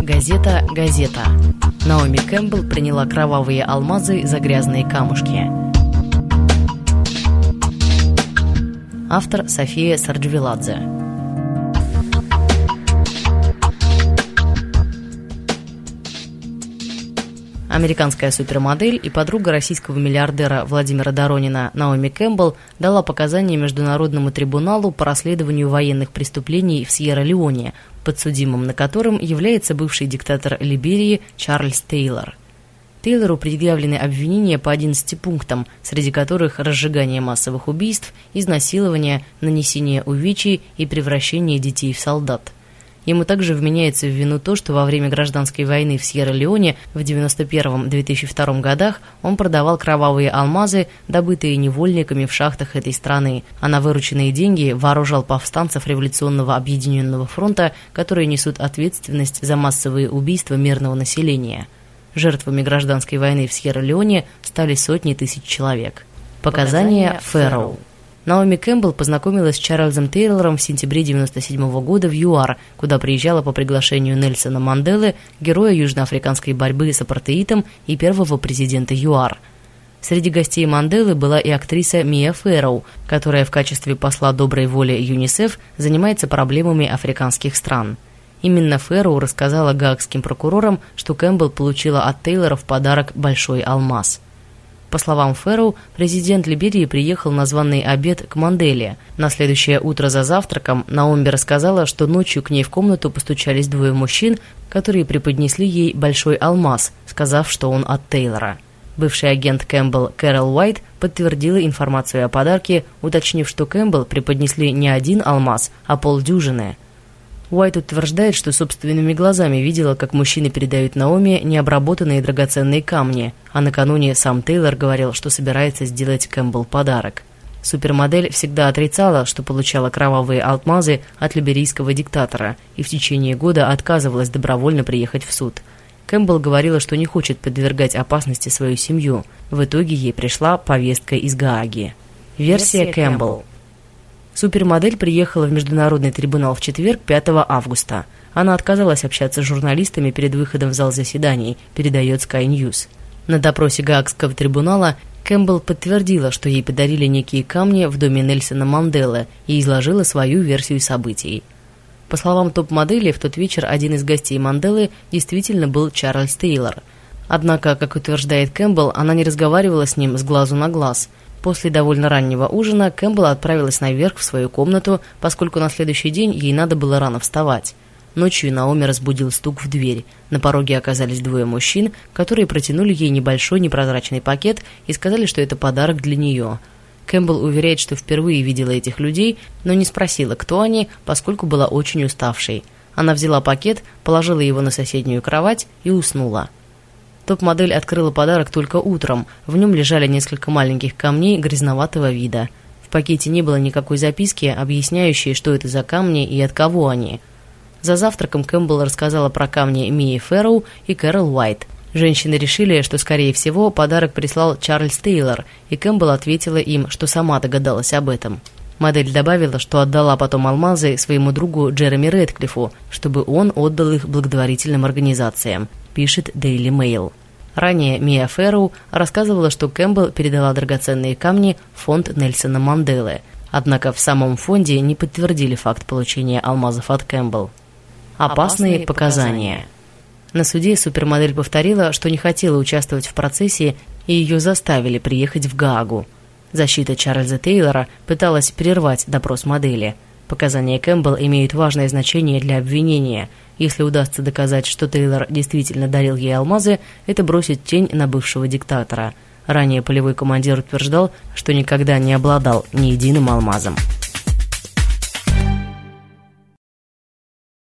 Газета. Наоми Кэмпбелл приняла кровавые алмазы за грязные камушки. Автор София Сарджвиладзе. Американская супермодель и подруга российского миллиардера Владимира Доронина Наоми Кэмпбелл дала показания Международному трибуналу по расследованию военных преступлений в Сьерра-Леоне, подсудимым на котором является бывший диктатор Либерии Чарльз Тейлор. Тейлору предъявлены обвинения по 11 пунктам, среди которых разжигание массовых убийств, изнасилование, нанесение увечий и превращение детей в солдат. Ему также вменяется в вину то, что во время гражданской войны в Сьерра-Леоне в 1991-2002 годах он продавал кровавые алмазы, добытые невольниками в шахтах этой страны, а на вырученные деньги вооружал повстанцев Революционного объединенного фронта, которые несут ответственность за массовые убийства мирного населения. Жертвами гражданской войны в Сьерра-Леоне стали сотни тысяч человек. Показания Фэрроу. Наоми Кэмпбелл познакомилась с Чарльзом Тейлором в сентябре 1997 года в ЮАР, куда приезжала по приглашению Нельсона Манделы, героя южноафриканской борьбы с апартеидом и первого президента ЮАР. Среди гостей Манделы была и актриса Мия Фэрроу, которая в качестве посла доброй воли ЮНИСЕФ занимается проблемами африканских стран. Именно Фэрроу рассказала гаагским прокурорам, что Кэмпбелл получила от Тейлора в подарок большой алмаз. По словам Фэрроу, президент Либерии приехал на званый обед к Манделе. На следующее утро за завтраком Наоми рассказала, что ночью к ней в комнату постучались двое мужчин, которые преподнесли ей большой алмаз, сказав, что он от Тейлора. Бывший агент Кэмпбелл Кэрол Уайт подтвердила информацию о подарке, уточнив, что Кэмпбелл преподнесли не один алмаз, а полдюжины. Уайт утверждает, что собственными глазами видела, как мужчины передают Наоми необработанные драгоценные камни, а накануне сам Тейлор говорил, что собирается сделать Кэмпбелл подарок. Супермодель всегда отрицала, что получала кровавые алмазы от либерийского диктатора и в течение года отказывалась добровольно приехать в суд. Кэмпбелл говорила, что не хочет подвергать опасности свою семью. В итоге ей пришла повестка из Гааги. Версия Кэмпбелл. Супермодель приехала в Международный трибунал в четверг, 5 августа. Она отказалась общаться с журналистами перед выходом в зал заседаний, передает Sky News. На допросе Гаагского трибунала Кэмпбелл подтвердила, что ей подарили некие камни в доме Нельсона Манделы и изложила свою версию событий. По словам топ-модели, в тот вечер один из гостей Манделы действительно был Чарльз Тейлор. Однако, как утверждает Кэмпбелл, она не разговаривала с ним с глазу на глаз. После довольно раннего ужина Кэмпбелл отправилась наверх в свою комнату, поскольку на следующий день ей надо было рано вставать. Ночью Наоми разбудил стук в дверь. На пороге оказались двое мужчин, которые протянули ей небольшой непрозрачный пакет и сказали, что это подарок для нее. Кэмпбелл уверяет, что впервые видела этих людей, но не спросила, кто они, поскольку была очень уставшей. Она взяла пакет, положила его на соседнюю кровать и уснула. Топ-модель открыла подарок только утром. В нем лежали несколько маленьких камней грязноватого вида. В пакете не было никакой записки, объясняющей, что это за камни и от кого они. За завтраком Кэмпбелл рассказала про камни Мии Фэрроу и Кэрол Уайт. Женщины решили, что, скорее всего, подарок прислал Чарльз Тейлор, и Кэмпбелл ответила им, что сама догадалась об этом. Модель добавила, что отдала потом алмазы своему другу Джереми Рэдклиффу, чтобы он отдал их благотворительным организациям, пишет Daily Mail. Ранее Мия Фэрроу рассказывала, что Кэмпбелл передала драгоценные камни в фонд Нельсона Манделы, однако в самом фонде не подтвердили факт получения алмазов от Кэмпбелл. Опасные показания. На суде супермодель повторила, что не хотела участвовать в процессе, и ее заставили приехать в Гаагу. Защита Чарльза Тейлора пыталась прервать допрос модели. Показания Кэмпбелл имеют важное значение для обвинения. Если удастся доказать, что Тейлор действительно дарил ей алмазы, это бросит тень на бывшего диктатора. Ранее полевой командир утверждал, что никогда не обладал ни единым алмазом.